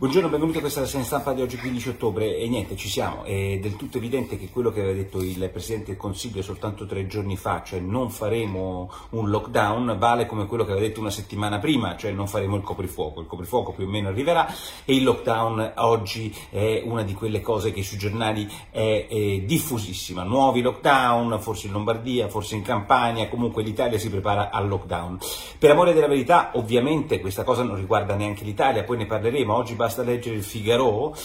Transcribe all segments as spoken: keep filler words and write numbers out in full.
Buongiorno, benvenuti a questa rassegna stampa di oggi quindici ottobre e niente, ci siamo. È del tutto evidente che quello che aveva detto il Presidente del Consiglio soltanto tre giorni fa, cioè non faremo un lockdown, vale come quello che aveva detto una settimana prima, cioè non faremo il coprifuoco. Il coprifuoco più o meno arriverà e il lockdown oggi è una di quelle cose che sui giornali è, è diffusissima. Nuovi lockdown, forse in Lombardia, forse in Campania, comunque l'Italia si prepara al lockdown. Per amore della verità, ovviamente questa cosa non riguarda neanche l'Italia, poi ne parleremo. Oggi basta leggere il Figaro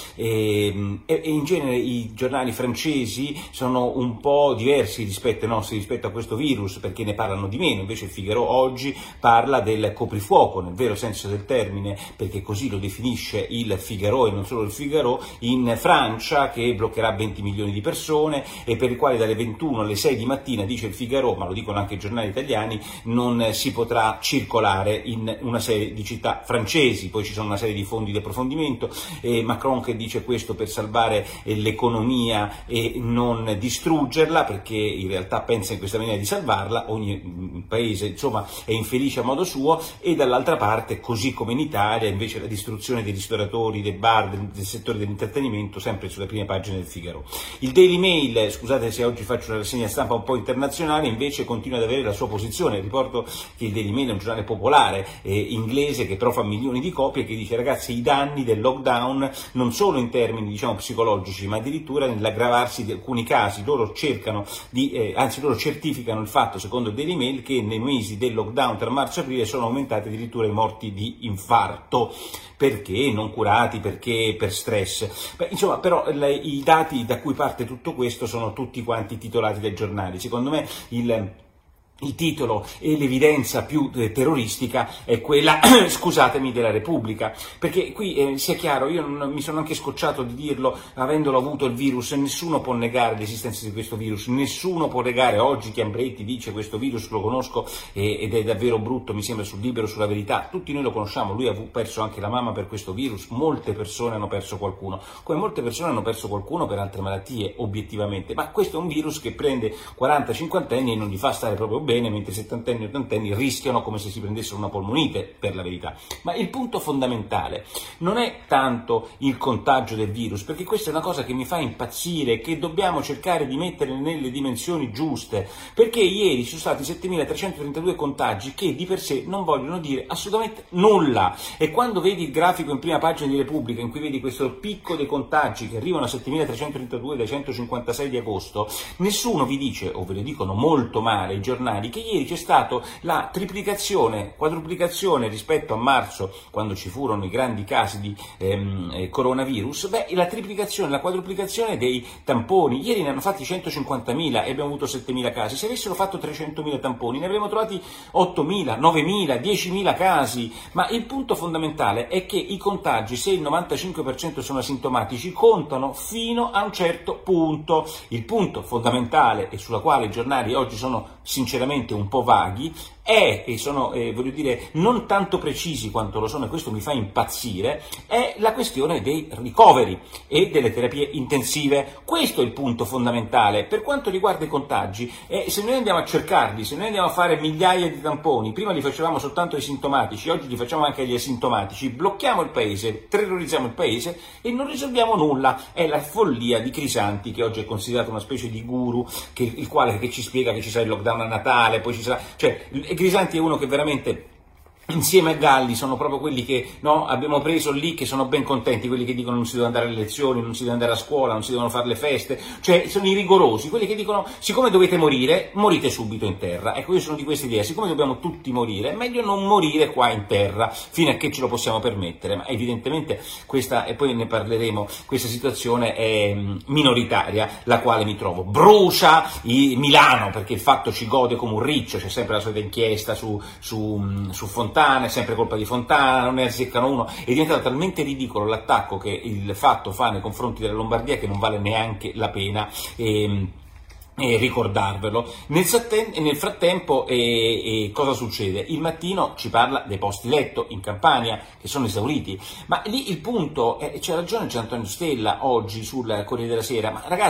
e, e, e in genere i giornali francesi sono un po' diversi rispetto ai nostri, rispetto a questo virus, perché ne parlano di meno. Invece il Figaro oggi parla del coprifuoco nel vero senso del termine, perché così lo definisce il Figaro e non solo il Figaro, in Francia, che bloccherà venti milioni di persone e per i quali dalle ventuno alle sei di mattina, dice il Figaro, ma lo dicono anche i giornali italiani, non si potrà circolare in una serie di città francesi. Poi ci sono una serie di fondi di approfondimento, e Macron che dice questo per salvare eh, l'economia e non distruggerla, perché in realtà pensa in questa maniera di salvarla. Ogni mh, paese insomma è infelice a modo suo, e dall'altra parte, così come in Italia, invece la distruzione dei ristoratori, dei bar, del, del settore dell'intrattenimento, sempre sulle prime pagine del Figaro. Il Daily Mail, scusate se oggi faccio una rassegna stampa un po' internazionale, invece continua ad avere la sua posizione. Riporto che il Daily Mail è un giornale popolare eh, inglese che trova milioni di copie, che dice: ragazzi, i danni del lockdown non solo in termini diciamo psicologici, ma addirittura nell'aggravarsi di alcuni casi. Loro cercano di, eh, anzi loro certificano il fatto, secondo il Daily Mail, che nei mesi del lockdown tra marzo e aprile sono aumentati addirittura i morti di infarto, perché non curati, perché per stress. Beh, insomma, però le, i dati da cui parte tutto questo sono tutti quanti titolati dai giornali. Secondo me il Il titolo e l'evidenza più eh, terroristica è quella, scusatemi, della Repubblica, perché qui eh, sia chiaro, io non, mi sono anche scocciato di dirlo, avendolo avuto il virus, nessuno può negare l'esistenza di questo virus, nessuno può negare. Oggi Chiambretti dice: questo virus lo conosco eh, ed è davvero brutto, mi sembra, sul Libero, sulla Verità, tutti noi lo conosciamo, lui ha perso anche la mamma per questo virus, molte persone hanno perso qualcuno, come molte persone hanno perso qualcuno per altre malattie, obiettivamente, ma questo è un virus che prende quaranta cinquanta anni e non gli fa stare proprio bene, bene, mentre i settantenni e ottantenni rischiano come se si prendessero una polmonite, per la verità. Ma il punto fondamentale non è tanto il contagio del virus, perché questa è una cosa che mi fa impazzire, che dobbiamo cercare di mettere nelle dimensioni giuste, perché ieri ci sono stati settemilatrecentotrentadue contagi che di per sé non vogliono dire assolutamente nulla, e quando vedi il grafico in prima pagina di Repubblica in cui vedi questo picco dei contagi che arrivano a settemilatrecentotrentadue dai centocinquantasei di agosto, nessuno vi dice, o ve lo dicono molto male i giornali, che ieri c'è stata la triplicazione, quadruplicazione rispetto a marzo, quando ci furono i grandi casi di ehm, eh, coronavirus. Beh, la triplicazione, la quadruplicazione dei tamponi. Ieri ne hanno fatti centocinquantamila e abbiamo avuto settemila casi. Se avessero fatto trecentomila tamponi ne avremmo trovati ottomila, novemila, diecimila casi. Ma il punto fondamentale è che i contagi, se il novantacinque per cento sono asintomatici, contano fino a un certo punto. Il punto fondamentale, e sulla quale i giornali oggi sono sinceramente un po' vaghi, è, e sono, eh, voglio dire, non tanto precisi quanto lo sono, e questo mi fa impazzire, è la questione dei ricoveri e delle terapie intensive. Questo è il punto fondamentale. Per quanto riguarda i contagi, eh, se noi andiamo a cercarli, se noi andiamo a fare migliaia di tamponi, prima li facevamo soltanto ai sintomatici, oggi li facciamo anche agli asintomatici, blocchiamo il paese, terrorizziamo il paese e non risolviamo nulla. È la follia di Crisanti, che oggi è considerato una specie di guru, che, il quale che ci spiega che ci sarà il lockdown a Natale, poi ci sarà, cioè Crisanti è uno che veramente, insieme a Galli, sono proprio quelli che no, abbiamo preso lì, che sono ben contenti, quelli che dicono non si deve andare alle lezioni, non si deve andare a scuola, non si devono fare le feste, cioè sono i rigorosi, quelli che dicono siccome dovete morire, morite subito in terra. Ecco, io sono di questa idea, siccome dobbiamo tutti morire, è meglio non morire qua in terra, fino a che ce lo possiamo permettere. Ma evidentemente questa, e poi ne parleremo, questa situazione è minoritaria, la quale mi trovo. Brucia i Milano, perché il fatto ci gode come un riccio, c'è sempre la solita inchiesta su, su, su Fontana, è sempre colpa di Fontana, non ne azzeccano uno. È diventato talmente ridicolo l'attacco che il Fatto fa nei confronti della Lombardia che non vale neanche la pena e, e ricordarvelo. Nel, nel frattempo eh, eh, cosa succede? Il Mattino ci parla dei posti letto in Campania che sono esauriti, ma lì il punto, eh, c'è ragione Gianantonio Stella oggi sul Corriere della Sera, ma ragazzi,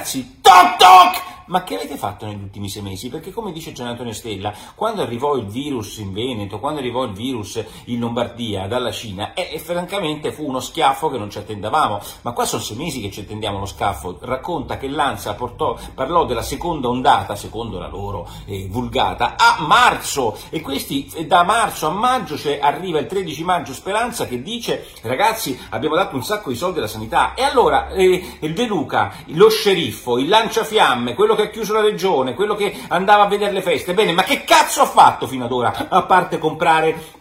toc toc! Ma che avete fatto negli ultimi sei mesi? Perché come dice Gian Antonio Stella, quando arrivò il virus in Veneto, quando arrivò il virus in Lombardia dalla Cina, e, e francamente fu uno schiaffo che non ci attendavamo. Ma qua sono sei mesi che ci attendiamo lo schiaffo. Racconta che l'ANSA portò, parlò della seconda ondata, secondo la loro eh, vulgata, a marzo. E questi da marzo a maggio, cioè arriva il tredici maggio Speranza che dice ragazzi abbiamo dato un sacco di soldi alla sanità. E allora eh, il De Luca, lo sceriffo, il lanciafiamme, quello che ha chiuso la regione, quello che andava a vedere le feste, bene, ma che cazzo ha fatto fino ad ora, a parte comprare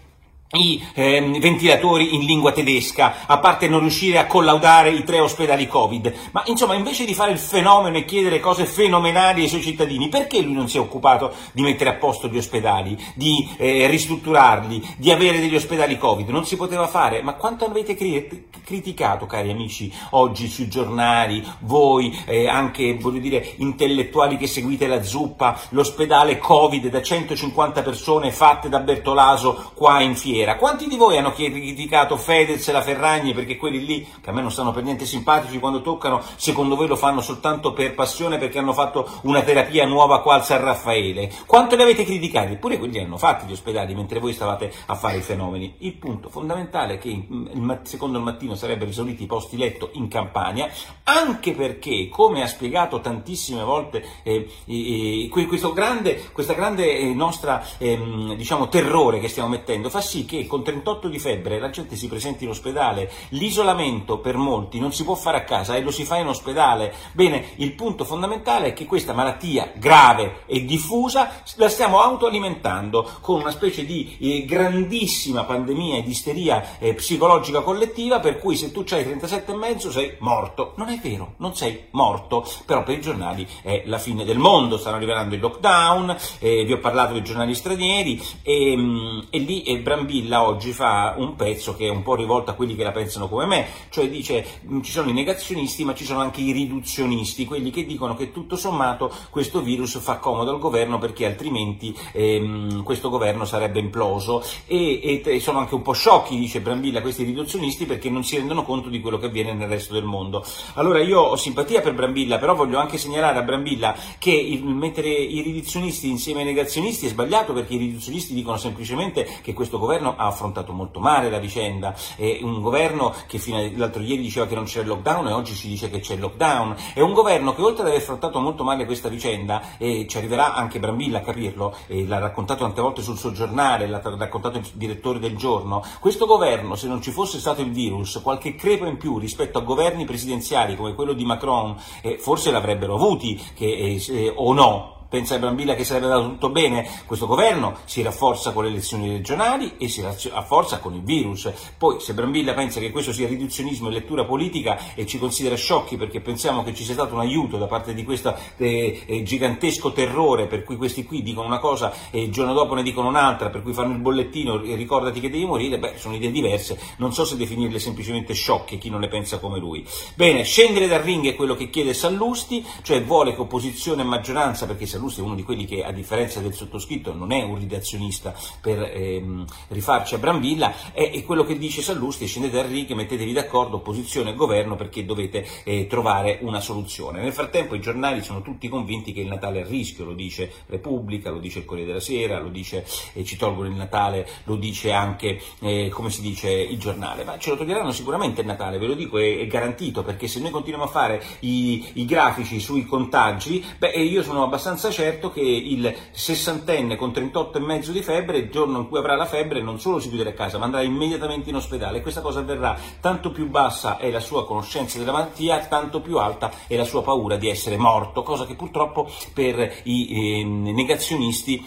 i eh, ventilatori in lingua tedesca, a parte non riuscire a collaudare i tre ospedali Covid? Ma insomma, invece di fare il fenomeno e chiedere cose fenomenali ai suoi cittadini, perché lui non si è occupato di mettere a posto gli ospedali, di eh, ristrutturarli, di avere degli ospedali Covid? Non si poteva fare? Ma quanto avete cri- criticato, cari amici, oggi sui giornali, voi, eh, anche, voglio dire, intellettuali che seguite la zuppa, l'ospedale Covid da centocinquanta persone fatte da Bertolaso qua in Fiera? Quanti di voi hanno criticato Fedez e la Ferragni perché quelli lì, che a me non stanno per niente simpatici quando toccano, secondo voi lo fanno soltanto per passione perché hanno fatto una terapia nuova qua al San Raffaele? Quanto li avete criticati? Eppure quelli hanno fatti gli ospedali mentre voi stavate a fare i fenomeni. Il punto fondamentale è che il, secondo il Mattino sarebbero esauriti i posti letto in Campania, anche perché, come ha spiegato tantissime volte eh, eh, questo grande, questa grande eh, nostra eh, diciamo terrore che stiamo mettendo, fa sì che con trentotto di febbre la gente si presenti in ospedale. L'isolamento per molti non si può fare a casa e lo si fa in ospedale. Bene, il punto fondamentale è che questa malattia grave e diffusa la stiamo autoalimentando con una specie di eh, grandissima pandemia e di isteria eh, psicologica collettiva, per cui se tu hai trentasette e mezzo sei morto. Non è vero, non sei morto, però per i giornali è la fine del mondo, stanno rivelando il lockdown, eh, vi ho parlato dei giornali stranieri e, e lì e Brambilla oggi fa un pezzo che è un po' rivolto a quelli che la pensano come me, cioè dice ci sono i negazionisti ma ci sono anche i riduzionisti, quelli che dicono che tutto sommato questo virus fa comodo al governo perché altrimenti ehm, questo governo sarebbe imploso e, e sono anche un po' sciocchi, dice Brambilla, questi riduzionisti, perché non si rendono conto di quello che avviene nel resto del mondo. Allora io ho simpatia per Brambilla, però voglio anche segnalare a Brambilla che il mettere i riduzionisti insieme ai negazionisti è sbagliato, perché i riduzionisti dicono semplicemente che questo governo ha affrontato molto male la vicenda, è un governo che fino all'altro ieri diceva che non c'era il lockdown e oggi ci dice che c'è il lockdown, è un governo che oltre ad aver affrontato molto male questa vicenda, e ci arriverà anche Brambilla a capirlo, e l'ha raccontato tante volte sul suo giornale, l'ha raccontato il direttore del Giorno, questo governo, se non ci fosse stato il virus, qualche crepa in più rispetto a governi presidenziali come quello di Macron eh, forse l'avrebbero avuti, che, eh, o no. Pensa Brambilla che sarebbe andato tutto bene? Questo governo si rafforza con le elezioni regionali e si rafforza con il virus. Poi se Brambilla pensa che questo sia riduzionismo e lettura politica e ci considera sciocchi perché pensiamo che ci sia stato un aiuto da parte di questo eh, eh, gigantesco terrore per cui questi qui dicono una cosa e il giorno dopo ne dicono un'altra, per cui fanno il bollettino e ricordati che devi morire, beh, sono idee diverse, non so se definirle semplicemente sciocche chi non le pensa come lui. Bene, scendere dal ring è quello che chiede Sallusti, cioè vuole che opposizione e maggioranza, perché Sallusti è uno di quelli che, a differenza del sottoscritto, non è un ridazionista per ehm, rifarci a Brambilla, è, è quello che dice Sallusti: scendete dal ring, mettetevi d'accordo opposizione e governo perché dovete eh, trovare una soluzione. Nel frattempo i giornali sono tutti convinti che il Natale è a rischio, lo dice Repubblica, lo dice il Corriere della Sera, lo dice eh, ci tolgono il Natale, lo dice anche eh, come si dice il giornale, ma ce lo toglieranno sicuramente il Natale, ve lo dico, è, è garantito, perché se noi continuiamo a fare i, i grafici sui contagi, beh, io sono abbastanza certo che il sessantenne con trentotto e mezzo di febbre, il giorno in cui avrà la febbre, non solo si chiuderà a casa, ma andrà immediatamente in ospedale, e questa cosa avverrà tanto più bassa è la sua conoscenza della malattia, tanto più alta è la sua paura di essere morto, cosa che purtroppo per i eh, negazionisti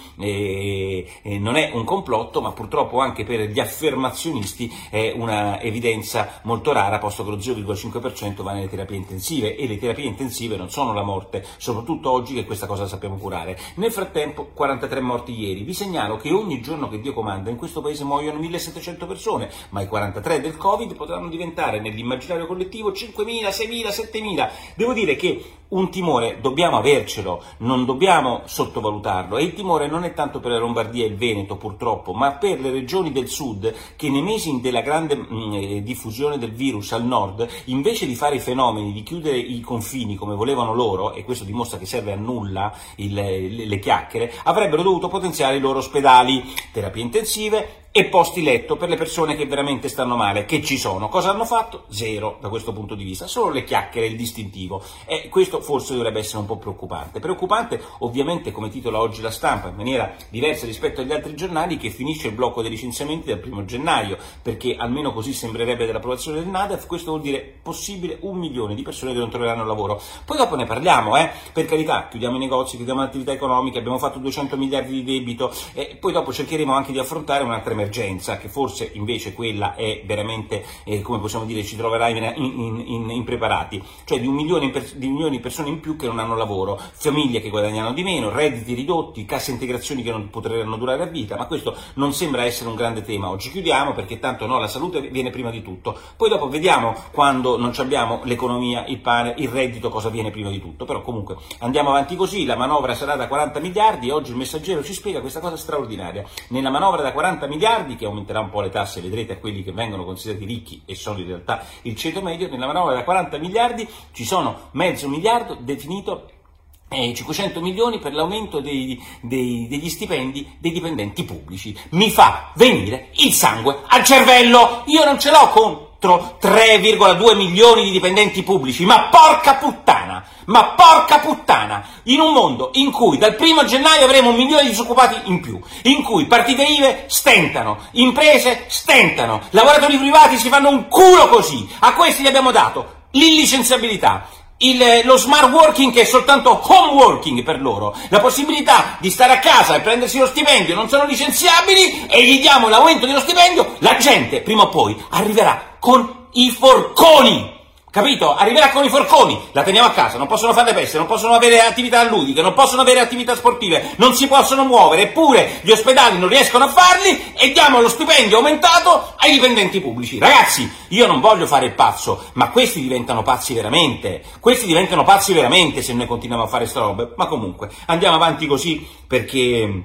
eh, eh, non è un complotto, ma purtroppo anche per gli affermazionisti è una evidenza molto rara, posto che lo zero virgola cinque per cento va nelle terapie intensive, e le terapie intensive non sono la morte, soprattutto oggi che questa cosa la sappiamo possiamo curare. Nel frattempo quarantatré morti ieri. Vi segnalo che ogni giorno che Dio comanda in questo paese muoiono millesettecento persone, ma i quarantatré del Covid potranno diventare nell'immaginario collettivo cinquemila, seimila, settemila. Devo dire che un timore dobbiamo avercelo, non dobbiamo sottovalutarlo, e il timore non è tanto per la Lombardia e il Veneto purtroppo, ma per le regioni del sud che nei mesi della grande mh, diffusione del virus al nord, invece di fare i fenomeni, di chiudere i confini come volevano loro, e questo dimostra che serve a nulla il, le, le chiacchiere, avrebbero dovuto potenziare i loro ospedali, terapie intensive e posti letto per le persone che veramente stanno male, che ci sono. Cosa hanno fatto? Zero da questo punto di vista, solo le chiacchiere, il distintivo, e questo forse dovrebbe essere un po' preoccupante. Preoccupante ovviamente, come titola oggi La Stampa, in maniera diversa rispetto agli altri giornali, che finisce il blocco dei licenziamenti dal primo gennaio, perché almeno così sembrerebbe dall'approvazione del NADEF, questo vuol dire possibile un milione di persone che non troveranno lavoro. Poi dopo ne parliamo, eh? per carità, chiudiamo i negozi, chiudiamo l'attività economica, abbiamo fatto duecento miliardi di debito, e poi dopo cercheremo anche di affrontare un'altra emergenza, che forse invece quella è veramente, eh, come possiamo dire, ci troverà in, in, in, impreparati, cioè di un milione di milioni di persone in più che non hanno lavoro, famiglie che guadagnano di meno, redditi ridotti, casse integrazioni che non potranno durare a vita, ma questo non sembra essere un grande tema. Oggi chiudiamo perché tanto no, la salute viene prima di tutto, poi dopo vediamo quando non abbiamo l'economia, il pane, il reddito, cosa viene prima di tutto. Però comunque andiamo avanti così, la manovra sarà da quaranta miliardi, e oggi il Messaggero ci spiega questa cosa straordinaria. Nella manovra da quaranta miliardi, che aumenterà un po' le tasse, vedrete, a quelli che vengono considerati ricchi e sono in realtà il ceto medio, nella manovra da quaranta miliardi ci sono mezzo miliardo definito e cinquecento milioni per l'aumento dei, dei, degli stipendi dei dipendenti pubblici. Mi fa venire il sangue al cervello! Io non ce l'ho contro tre virgola due milioni di dipendenti pubblici, ma porca puttana! Ma porca puttana! In un mondo in cui dal primo gennaio avremo un milione di disoccupati in più, in cui partite I V A stentano, imprese stentano, lavoratori privati si fanno un culo così, a questi gli abbiamo dato l'illicenziabilità, Il, lo smart working, che è soltanto home working per loro, la possibilità di stare a casa e prendersi lo stipendio, non sono licenziabili, e gli diamo l'aumento dello stipendio, la gente prima o poi arriverà con i forconi, capito? Arriverà con i forconi, la teniamo a casa, non possono fare le feste, non possono avere attività ludiche, non possono avere attività sportive, non si possono muovere, eppure gli ospedali non riescono a farli, e diamo lo stipendio aumentato ai dipendenti pubblici. Ragazzi, io non voglio fare il pazzo, ma questi diventano pazzi veramente, questi diventano pazzi veramente se noi continuiamo a fare sta roba. Ma comunque, andiamo avanti così, perché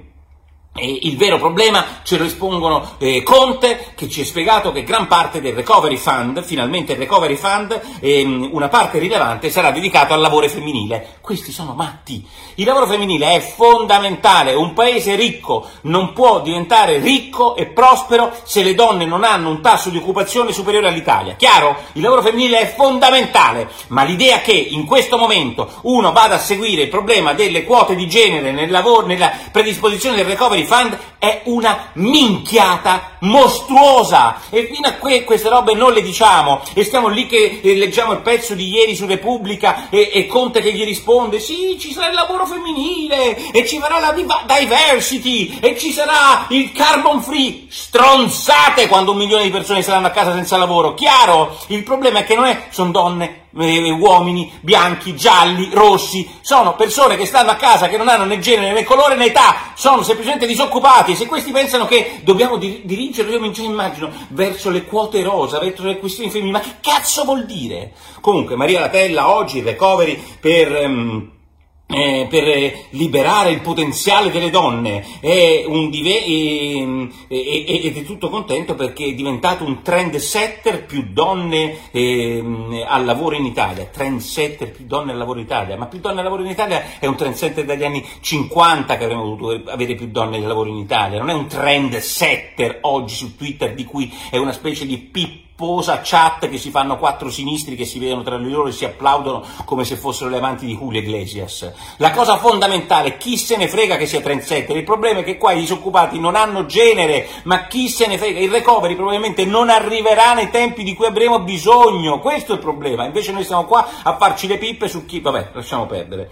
e il vero problema ce lo espongono eh, Conte, che ci ha spiegato che gran parte del Recovery Fund, finalmente il Recovery Fund, ehm, una parte rilevante sarà dedicato al lavoro femminile. Questi sono matti. Il lavoro femminile è fondamentale. Un paese ricco non può diventare ricco e prospero se le donne non hanno un tasso di occupazione superiore all'Italia. Chiaro? Il lavoro femminile è fondamentale, ma l'idea che in questo momento uno vada a seguire il problema delle quote di genere nel lavoro, nella predisposizione del Recovery Fund è una minchiata mostruosa, e fino a qui queste robe non le diciamo, e stiamo lì che eh, leggiamo il pezzo di ieri su Repubblica, e, e Conte che gli risponde sì, ci sarà il lavoro femminile e ci sarà la diversity e ci sarà il carbon free. Stronzate, quando un milione di persone saranno a casa senza lavoro. Chiaro? Il problema è che non è, sono donne, Eh, uomini bianchi, gialli, rossi, sono persone che stanno a casa, che non hanno né genere né colore né età, sono semplicemente disoccupati, e se questi pensano che dobbiamo dir- dirigere, io mi immagino, verso le quote rosa, verso le questioni femminili, ma che cazzo vuol dire? Comunque, Maria Latella, oggi il recovery per... Um, Eh, per eh, liberare il potenziale delle donne, è un dive- eh, eh, ed è tutto contento perché è diventato un trendsetter, più donne eh, al lavoro in Italia, trendsetter, più donne al lavoro in Italia, ma più donne al lavoro in Italia è un trendsetter dagli anni cinquanta che avremmo dovuto avere più donne al lavoro in Italia, non è un trendsetter oggi su Twitter di cui è una specie di pippo posa chat che si fanno quattro sinistri che si vedono tra di loro e si applaudono come se fossero le amanti di Julio Iglesias. La cosa fondamentale, chi se ne frega che sia trendsetter, il problema è che qua i disoccupati non hanno genere, ma chi se ne frega, il recovery probabilmente non arriverà nei tempi di cui avremo bisogno, questo è il problema, invece noi stiamo qua a farci le pippe su chi, vabbè, lasciamo perdere.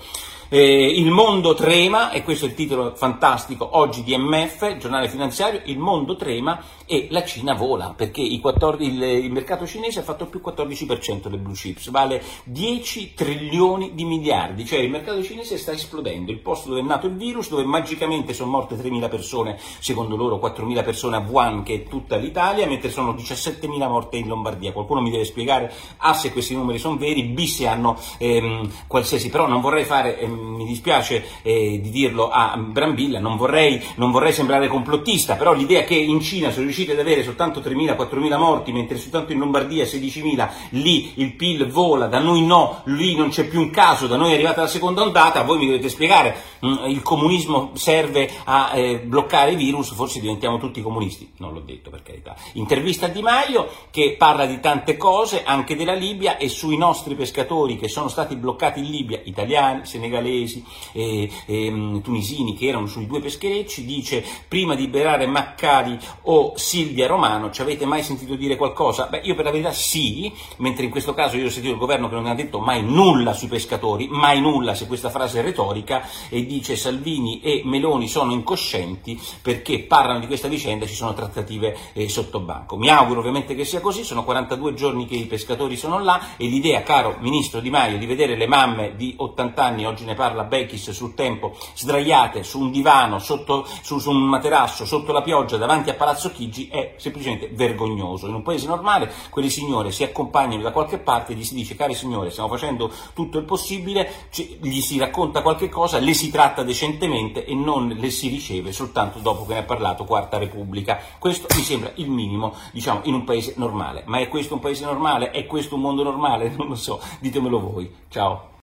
Eh, il mondo trema, e questo è il titolo fantastico oggi di M F, giornale finanziario, il mondo trema e la Cina vola, perché i quattordici, il, il mercato cinese ha fatto più quattordici per cento delle blue chips, vale dieci trilioni di miliardi, cioè il mercato cinese sta esplodendo, il posto dove è nato il virus, dove magicamente sono morte tremila persone, secondo loro quattromila persone a Wuhan, che è tutta l'Italia, mentre sono diciassettemila morte in Lombardia. Qualcuno mi deve spiegare A se questi numeri sono veri, B se hanno ehm, qualsiasi, però non vorrei fare, ehm, mi dispiace eh, di dirlo a Brambilla, non vorrei, non vorrei sembrare complottista, però l'idea che in Cina sono riusciti ad avere soltanto tremila quattromila morti, mentre soltanto in Lombardia sedicimila, lì il P I L vola, da noi no, lì non c'è più un caso, da noi è arrivata la seconda ondata, voi mi dovete spiegare, mh, il comunismo serve a eh, bloccare i virus, forse diventiamo tutti comunisti, non l'ho detto per carità. Intervista a Di Maio che parla di tante cose, anche della Libia, e sui nostri pescatori che sono stati bloccati in Libia, italiani, senegalesi, e, e, tunisini, che erano sui due pescherecci, dice: prima di liberare Maccari o Silvia Romano, ci avete mai sentito dire qualcosa? Beh, io per la verità sì, mentre in questo caso io ho sentito il governo che non ha detto mai nulla sui pescatori, mai nulla, se questa frase è retorica, e dice Salvini e Meloni sono incoscienti perché parlano di questa vicenda, ci sono trattative eh, sotto banco. Mi auguro ovviamente che sia così, sono quarantadue giorni che i pescatori sono là, e l'idea, caro ministro Di Maio, di vedere le mamme di ottanta anni, oggi ne parla Bechis sul Tempo, sdraiate su un divano, sotto, su, su un materasso, sotto la pioggia, davanti a Palazzo Chigi, è semplicemente vergognoso. In un paese normale quelle signore si accompagnano da qualche parte e gli si dice: care signore, stiamo facendo tutto il possibile, gli si racconta qualche cosa, le si tratta decentemente e non le si riceve soltanto dopo che ne ha parlato Quarta Repubblica. Questo mi sembra il minimo, diciamo, in un paese normale. Ma è questo un paese normale? È questo un mondo normale? Non lo so, ditemelo voi. Ciao.